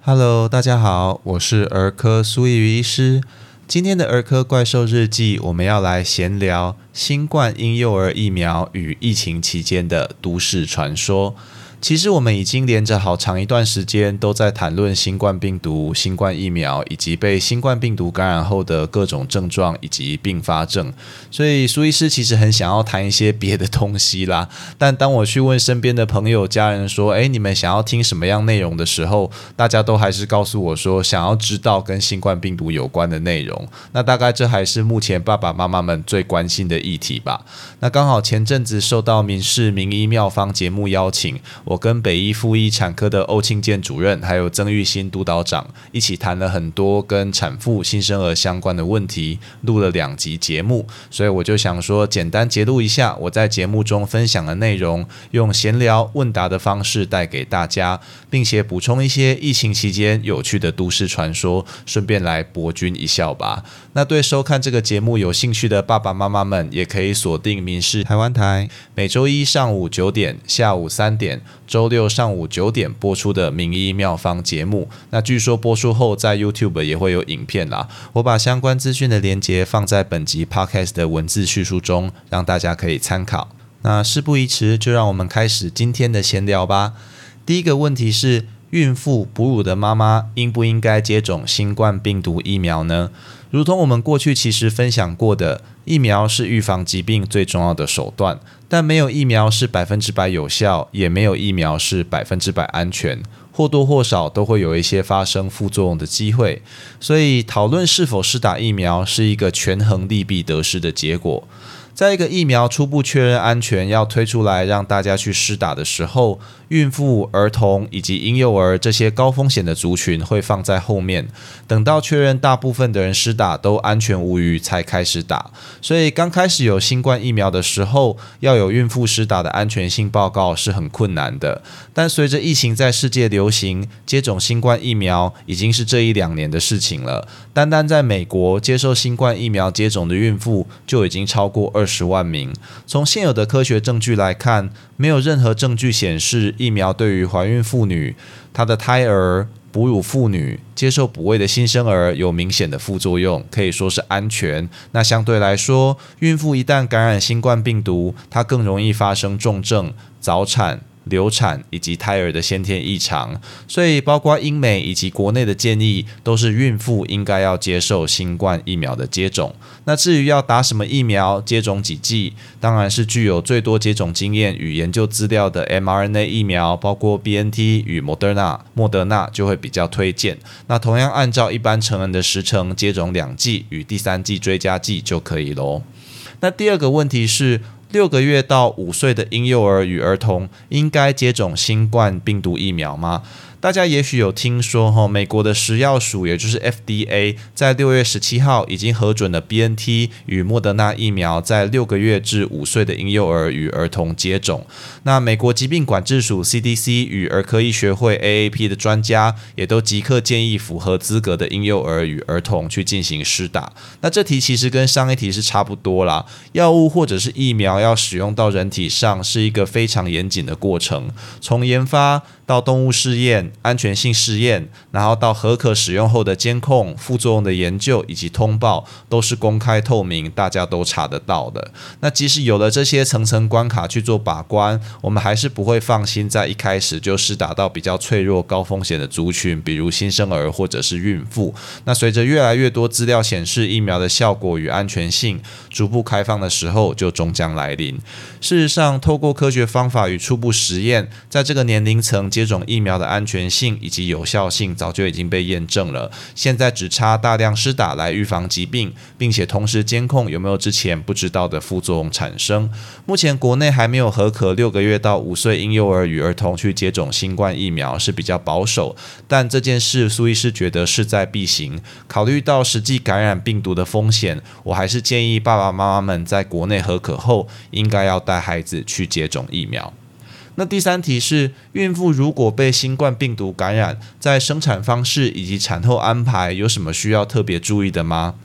Hello，大家好，我是儿科苏奕瑜医师。今天的儿科怪兽日记，我们要来闲聊新冠婴幼儿疫苗与疫情期间的都市传说。其实我们已经连着好长一段时间都在谈论新冠病毒、新冠疫苗以及被新冠病毒感染后的各种症状以及并发症，所以苏医师其实很想要谈一些别的东西啦。但当我去问身边的朋友、家人说，你们想要听什么样内容的时候，大家都还是告诉我说想要知道跟新冠病毒有关的内容。那大概这还是目前爸爸妈妈们最关心的议题吧。那刚好前阵子受到民视名医妙方节目邀请，我跟北医妇医产科的欧庆健主任还有曾玉新督导长一起谈了很多跟产妇新生儿相关的问题，录了2集节目，所以我就想说简单节录一下我在节目中分享的内容，用闲聊问答的方式带给大家，并且补充一些疫情期间有趣的都市传说，顺便来博君一笑吧。那对收看这个节目有兴趣的爸爸妈妈们也可以锁定民视台湾台每周一上午9点、下午3点、周六上午9点播出的名医妙方节目。那据说播出后在 YouTube 也会有影片啦，我把相关资讯的连结放在本集 Podcast 的文字叙述中，让大家可以参考。那事不宜迟，就让我们开始今天的闲聊吧。第一个问题是，孕妇、哺乳的妈妈应不应该接种新冠病毒疫苗呢？如同我们过去其实分享过的，疫苗是预防疾病最重要的手段，但没有疫苗是100%有效，也没有疫苗是100%安全，或多或少都会有一些发生副作用的机会，所以讨论是否施打疫苗是一个权衡利弊得失的结果。在一个疫苗初步确认安全要推出来让大家去施打的时候，孕妇、儿童以及婴幼儿这些高风险的族群会放在后面，等到确认大部分的人施打都安全无虞才开始打。所以刚开始有新冠疫苗的时候，要有孕妇施打的安全性报告是很困难的。但随着疫情在世界流行，接种新冠疫苗已经是这1-2年的事情了。单单在美国接受新冠疫苗接种的孕妇就已经超过20万名。从现有的科学证据来看，没有任何证据显示疫苗对于怀孕妇女、她的胎儿、哺乳妇女、接受哺喂的新生儿有明显的副作用，可以说是安全。那相对来说，孕妇一旦感染新冠病毒，她更容易发生重症、早产、流产以及胎儿的先天异常，所以包括英美以及国内的建议都是孕妇应该要接受新冠疫苗的接种。那至于要打什么疫苗、接种几剂，当然是具有最多接种经验与研究资料的 mRNA 疫苗，包括 BNT 与莫德纳就会比较推荐。那同样按照一般成人的时程接种2剂与第3剂追加剂就可以咯。那第二个问题是，6个月到5岁的婴幼儿与儿童应该接种新冠病毒疫苗吗？大家也许有听说，美国的食药署也就是 FDA 在6月17号已经核准了 BNT 与莫德纳疫苗在6个月至5岁的婴幼儿与儿童接种。那美国疾病管制署 CDC 与儿科医学会 AAP 的专家也都即刻建议符合资格的婴幼儿与儿童去进行施打。那这题其实跟上一题是差不多啦，药物或者是疫苗要使用到人体上是一个非常严谨的过程，从研发到动物试验、安全性试验，然后到核可使用后的监控、副作用的研究以及通报，都是公开透明，大家都查得到的。那即使有了这些层层关卡去做把关，我们还是不会放心在一开始就施打到比较脆弱、高风险的族群，比如新生儿或者是孕妇。那随着越来越多资料显示疫苗的效果与安全性，逐步开放的时候就终将来临。事实上，透过科学方法与初步实验，在这个年龄层接种疫苗的安全性以及有效性早就已经被验证了，现在只差大量施打来预防疾病，并且同时监控有没有之前不知道的副作用产生。目前国内还没有核可6个月到5岁婴幼儿与儿童去接种新冠疫苗，是比较保守，但这件事苏医师觉得势在必行。考虑到实际感染病毒的风险，我还是建议爸爸妈妈们在国内核可后，应该要带孩子去接种疫苗。那第3题是，孕妇如果被新冠病毒感染，在生产方式以及产后安排有什么需要特别注意的吗？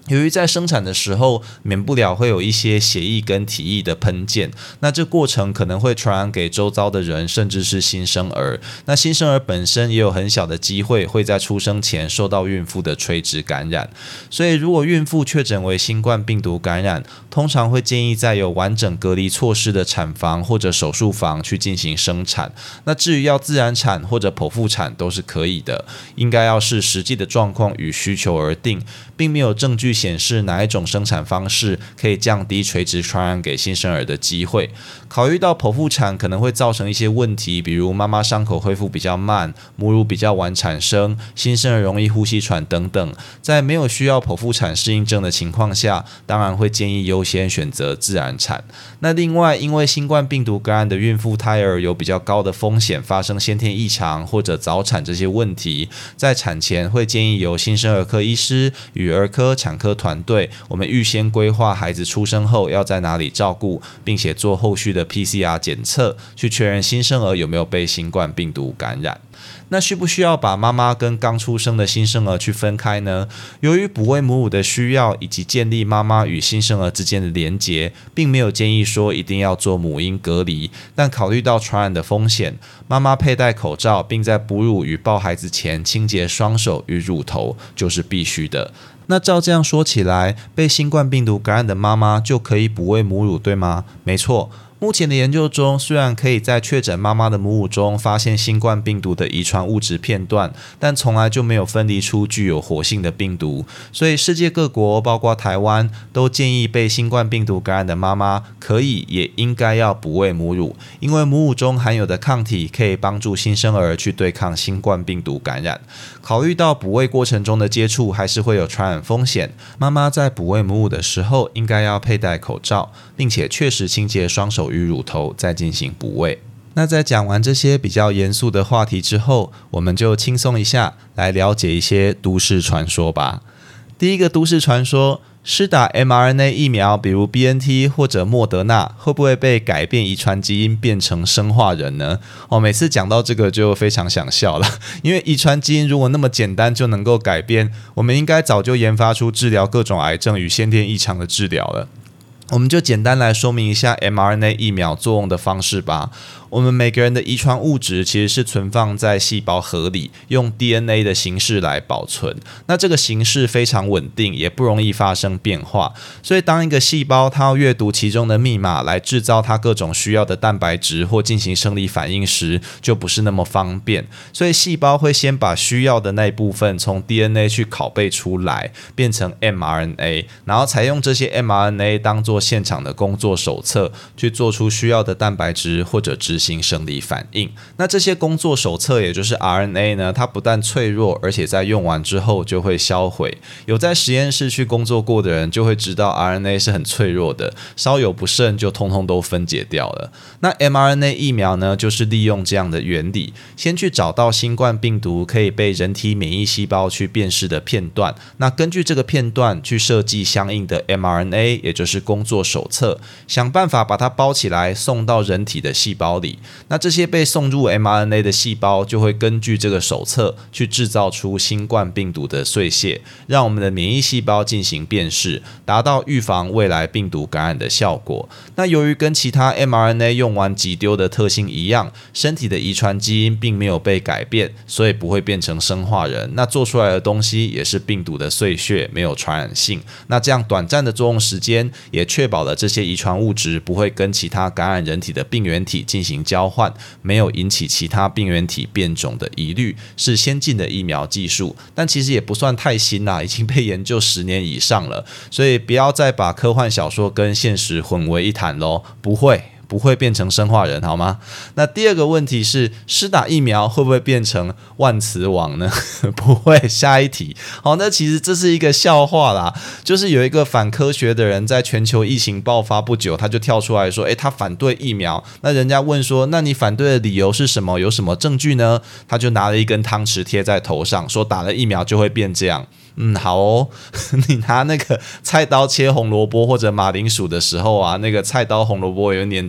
由于在生产的时候免不了会有一些血液跟体液的喷溅，那这过程可能会传染给周遭的人，甚至是新生儿。那新生儿本身也有很小的机会会在出生前受到孕妇的垂直感染，所以如果孕妇确诊为新冠病毒感染，通常会建议在有完整隔离措施的产房或者手术房去进行生产。那至于要自然产或者剖腹产都是可以的，应该要视实际的状况与需求而定，并没有证据显示哪一种生产方式可以降低垂直传染给新生儿的机会。考虑到剖腹产可能会造成一些问题，比如妈妈伤口恢复比较慢，母乳比较晚产生，新生儿容易呼吸喘等等，在没有需要剖腹产适应症的情况下，当然会建议优先选择自然产。那另外，因为新冠病毒感染的孕妇胎儿有比较高的风险发生先天异常或者早产这些问题，在产前会建议由新生儿科医师与儿科产科团队，我们预先规划孩子出生后要在哪里照顾，并且做后续的 PCR 检测，去确认新生儿有没有被新冠病毒感染。那需不需要把妈妈跟刚出生的新生儿去分开呢？由于哺喂母乳的需要以及建立妈妈与新生儿之间的连结，并没有建议说一定要做母婴隔离，但考虑到传染的风险，妈妈佩戴口罩，并在哺乳与抱孩子前清洁双手与乳头就是必须的。那照这样说起来，被新冠病毒感染的妈妈就可以哺喂母乳，对吗？没错。目前的研究中，虽然可以在确诊妈妈的母乳中发现新冠病毒的遗传物质片段，但从来就没有分离出具有活性的病毒。所以世界各国，包括台湾，都建议被新冠病毒感染的妈妈可以也应该要哺喂母乳，因为母乳中含有的抗体可以帮助新生儿去对抗新冠病毒感染。考虑到哺喂过程中的接触还是会有传染风险，妈妈在哺喂母乳的时候应该要佩戴口罩，并且确实清洁双手与乳头再进行哺喂。那在讲完这些比较严肃的话题之后，我们就轻松一下，来了解一些都市传说吧。第一个都市传说，施打 mRNA 疫苗，比如 BNT 或者莫德纳，会不会被改变遗传基因变成生化人呢？每次讲到这个就非常想笑了，因为遗传基因如果那么简单就能够改变，我们应该早就研发出治疗各种癌症与先天异常的治疗了。我们就简单来说明一下 mRNA 疫苗作用的方式吧。我们每个人的遗传物质其实是存放在细胞核里，用 DNA 的形式来保存。那这个形式非常稳定，也不容易发生变化。所以当一个细胞它要阅读其中的密码来制造它各种需要的蛋白质或进行生理反应时，就不是那么方便。所以细胞会先把需要的那一部分从 DNA 去拷贝出来，变成 mRNA， 然后采用这些 mRNA 当作现场的工作手册，去做出需要的蛋白质或者执行生理反应。那这些工作手册也就是 RNA 呢，它不但脆弱，而且在用完之后就会销毁。有在实验室去工作过的人就会知道 RNA 是很脆弱的，稍有不慎就通通都分解掉了。那 mRNA 疫苗呢，就是利用这样的原理，先去找到新冠病毒可以被人体免疫细胞去辨识的片段，那根据这个片段去设计相应的 mRNA， 也就是工作手册，想办法把它包起来送到人体的细胞里。那这些被送入 mRNA 的细胞就会根据这个手册去制造出新冠病毒的碎屑，让我们的免疫细胞进行辨识，达到预防未来病毒感染的效果。那由于跟其他 mRNA 用完即丢的特性一样，身体的遗传基因并没有被改变，所以不会变成生化人。那做出来的东西也是病毒的碎屑，没有传染性。那这样短暂的作用时间也确保了这些遗传物质不会跟其他感染人体的病原体进行交换，没有引起其他病原体变种的疑虑，是先进的疫苗技术，但其实也不算太新啦，已经被研究10年以上了，所以不要再把科幻小说跟现实混为一谈咯，不会变成生化人好吗？那第二个问题是，施打疫苗会不会变成万磁王呢？不会。下一题。好，那其实这是一个笑话啦，就是有一个反科学的人在全球疫情爆发不久，他就跳出来说他反对疫苗。那人家问说，那你反对的理由是什么？有什么证据呢？他就拿了一根汤匙贴在头上，说打了疫苗就会变这样。好哦，你拿那个菜刀切红萝卜或者马铃薯的时候啊，那个菜刀红萝卜也会粘在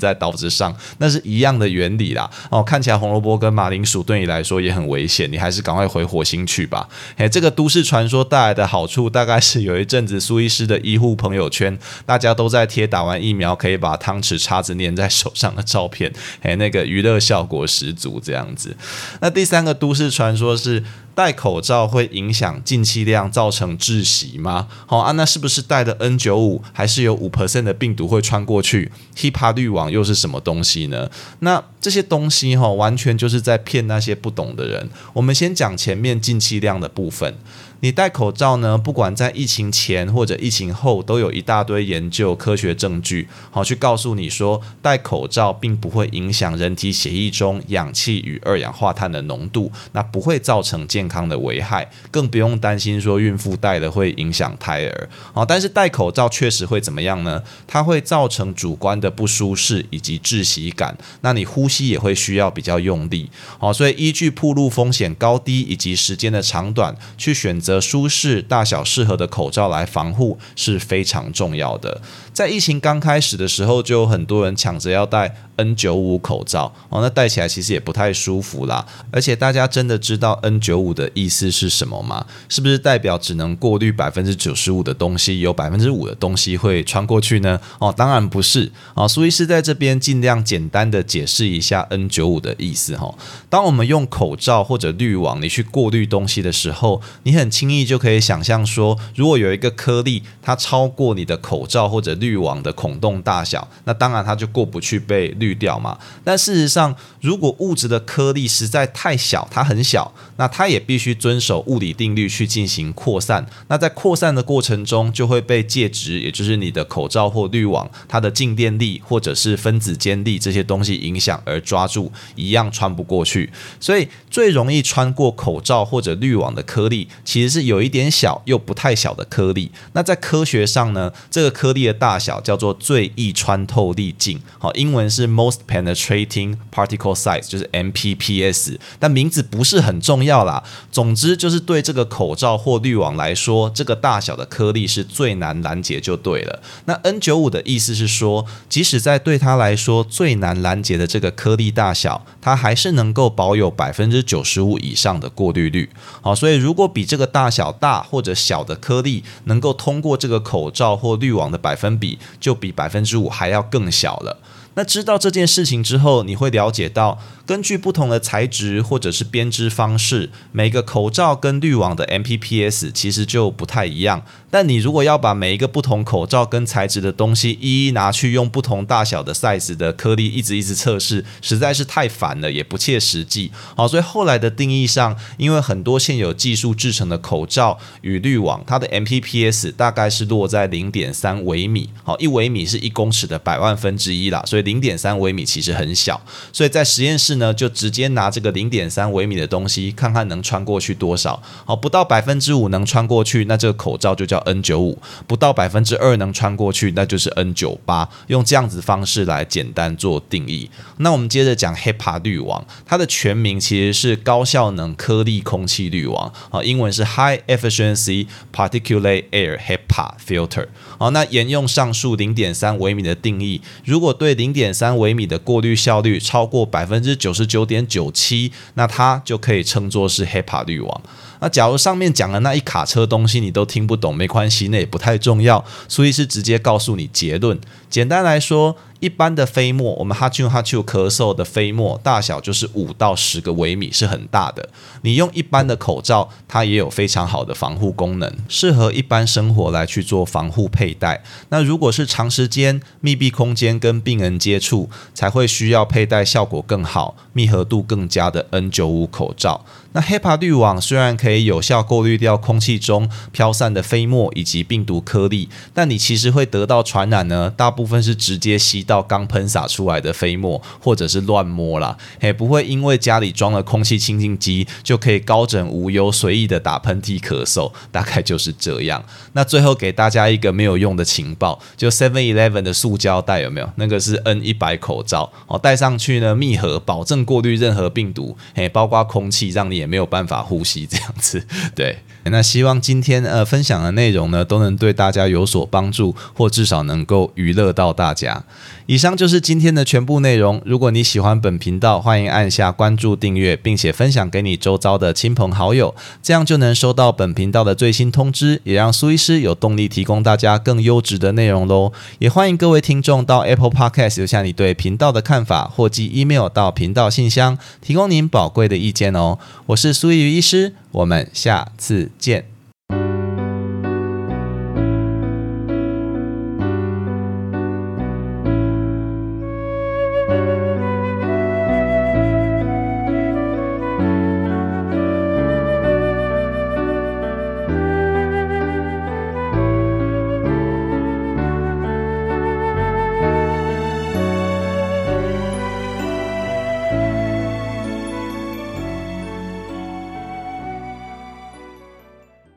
在刀子上，那是一样的原理啦。看起来红萝卜跟马铃薯对你来说也很危险，你还是赶快回火星去吧。这个都市传说带来的好处，大概是有一阵子苏医师的医护朋友圈，大家都在贴打完疫苗可以把汤匙叉子粘在手上的照片，那个娱乐效果十足这样子。那第三个都市传说是戴口罩会影响进气量，造成窒息吗？那是不是戴的 N95 还是有 5% 的病毒会穿过去？ HEPA 滤网又是什么东西呢？那这些东西完全就是在骗那些不懂的人。我们先讲前面进气量的部分。你戴口罩呢，不管在疫情前或者疫情后，都有一大堆研究科学证据，去告诉你说，戴口罩并不会影响人体血液中氧气与二氧化碳的浓度，那不会造成健康的危害，更不用担心说孕妇戴了会影响胎儿。但是戴口罩确实会怎么样呢？它会造成主观的不舒适以及窒息感，那你呼吸也会需要比较用力。所以依据暴露风险高低以及时间的长短，去选择舒适、大小适合的口罩来防护是非常重要的。在疫情刚开始的时候，就有很多人抢着要戴 N95 口罩，那戴起来其实也不太舒服啦。而且大家真的知道 N95 的意思是什么吗？是不是代表只能过滤 95% 的东西，有 5% 的东西会穿过去呢？当然不是。苏医师在这边尽量简单的解释一下 N95 的意思。当我们用口罩或者滤网你去过滤东西的时候，你很轻易就可以想象说，如果有一个颗粒它超过你的口罩或者滤网的孔洞大小，那当然它就过不去被滤掉嘛。但事实上，如果物质的颗粒实在太小，它很小，那它也必须遵守物理定律去进行扩散。那在扩散的过程中，就会被介质，也就是你的口罩或滤网它的静电力或者是分子间力这些东西影响而抓住，一样穿不过去。所以最容易穿过口罩或者滤网的颗粒，其实是有一点小又不太小的颗粒。那在科学上呢，这个颗粒的大小叫做最易穿透粒径，英文是 Most Penetrating Particle Size， 就是 MPPS， 但名字不是很重要啦。总之就是对这个口罩或滤网来说，这个大小的颗粒是最难拦截就对了。那 N95 的意思是说，即使在对它来说最难拦截的这个颗粒大小，它还是能够保有 95% 以上的过滤率。所以如果比这个大小大或者小的颗粒能够通过这个口罩或滤网的百分比，就比 5% 还要更小了。那知道这件事情之后，你会了解到，根据不同的材质或者是编织方式，每个口罩跟滤网的 MPPS 其实就不太一样。但你如果要把每一个不同口罩跟材质的东西一一拿去用不同大小的 size 的颗粒一直测试，实在是太烦了，也不切实际。所以后来的定义上，因为很多现有技术制成的口罩与滤网，它的 MPPS 大概是落在 0.3 微米，1微米是1公尺的100万分之一啦，所以0.3 微米其实很小。所以在实验室呢，就直接拿这个 0.3 微米的东西，看看能穿过去多少。不到 5% 能穿过去，那这个口罩就叫 N95， 不到 2% 能穿过去，那就是 N98， 用这样子方式来简单做定义。那我们接着讲 HEPA 滤网，它的全名其实是高效能颗粒空气滤网，英文是 High Efficiency Particulate Air HEPA Filter。那沿用上述 0.3 微米的定义，如果对 0.3 微米的过滤效率超过 99.97%， 那它就可以称作是 HEPA 滤网。那假如上面讲的那一卡车东西你都听不懂，没关系，那也不太重要，所以是直接告诉你结论。简单来说，一般的飞沫，我们哈啾哈啾咳嗽的飞沫大小就是5到10个微米，是很大的。你用一般的口罩，它也有非常好的防护功能，适合一般生活来去做防护佩戴。那如果是长时间密闭空间跟病人接触，才会需要佩戴效果更好、密合度更佳的 N95 口罩。那 HEPA 滤网虽然可以有效过滤掉空气中飘散的飞沫以及病毒颗粒，但你其实会得到传染呢，大部分是直接吸到刚喷洒出来的飞沫，或者是乱摸啦，不会因为家里装了空气清净机就可以高枕无忧随意的打喷嚏咳嗽，大概就是这样。那最后给大家一个没有用的情报，就 7-Eleven 的塑胶袋有没有？那个是 N100 口罩，戴上去呢密合，保证过滤任何病毒，包括空气，让你也没有办法呼吸这样子。对，那希望今天分享的内容呢，都能对大家有所帮助，或至少能够娱乐到大家。 以上就是今天的全部内容。如果你喜欢本频道，欢迎按下关注订阅，并且分享给你周遭的亲朋好友，这样就能收到本频道的最新通知，也让苏医师有动力提供大家更优质的内容咯。也欢迎各位听众到 Apple Podcast 留下你对频道的看法，或寄 email 到频道信箱，提供您宝贵的意见哦。我是苏奕瑜医师，我们下次见。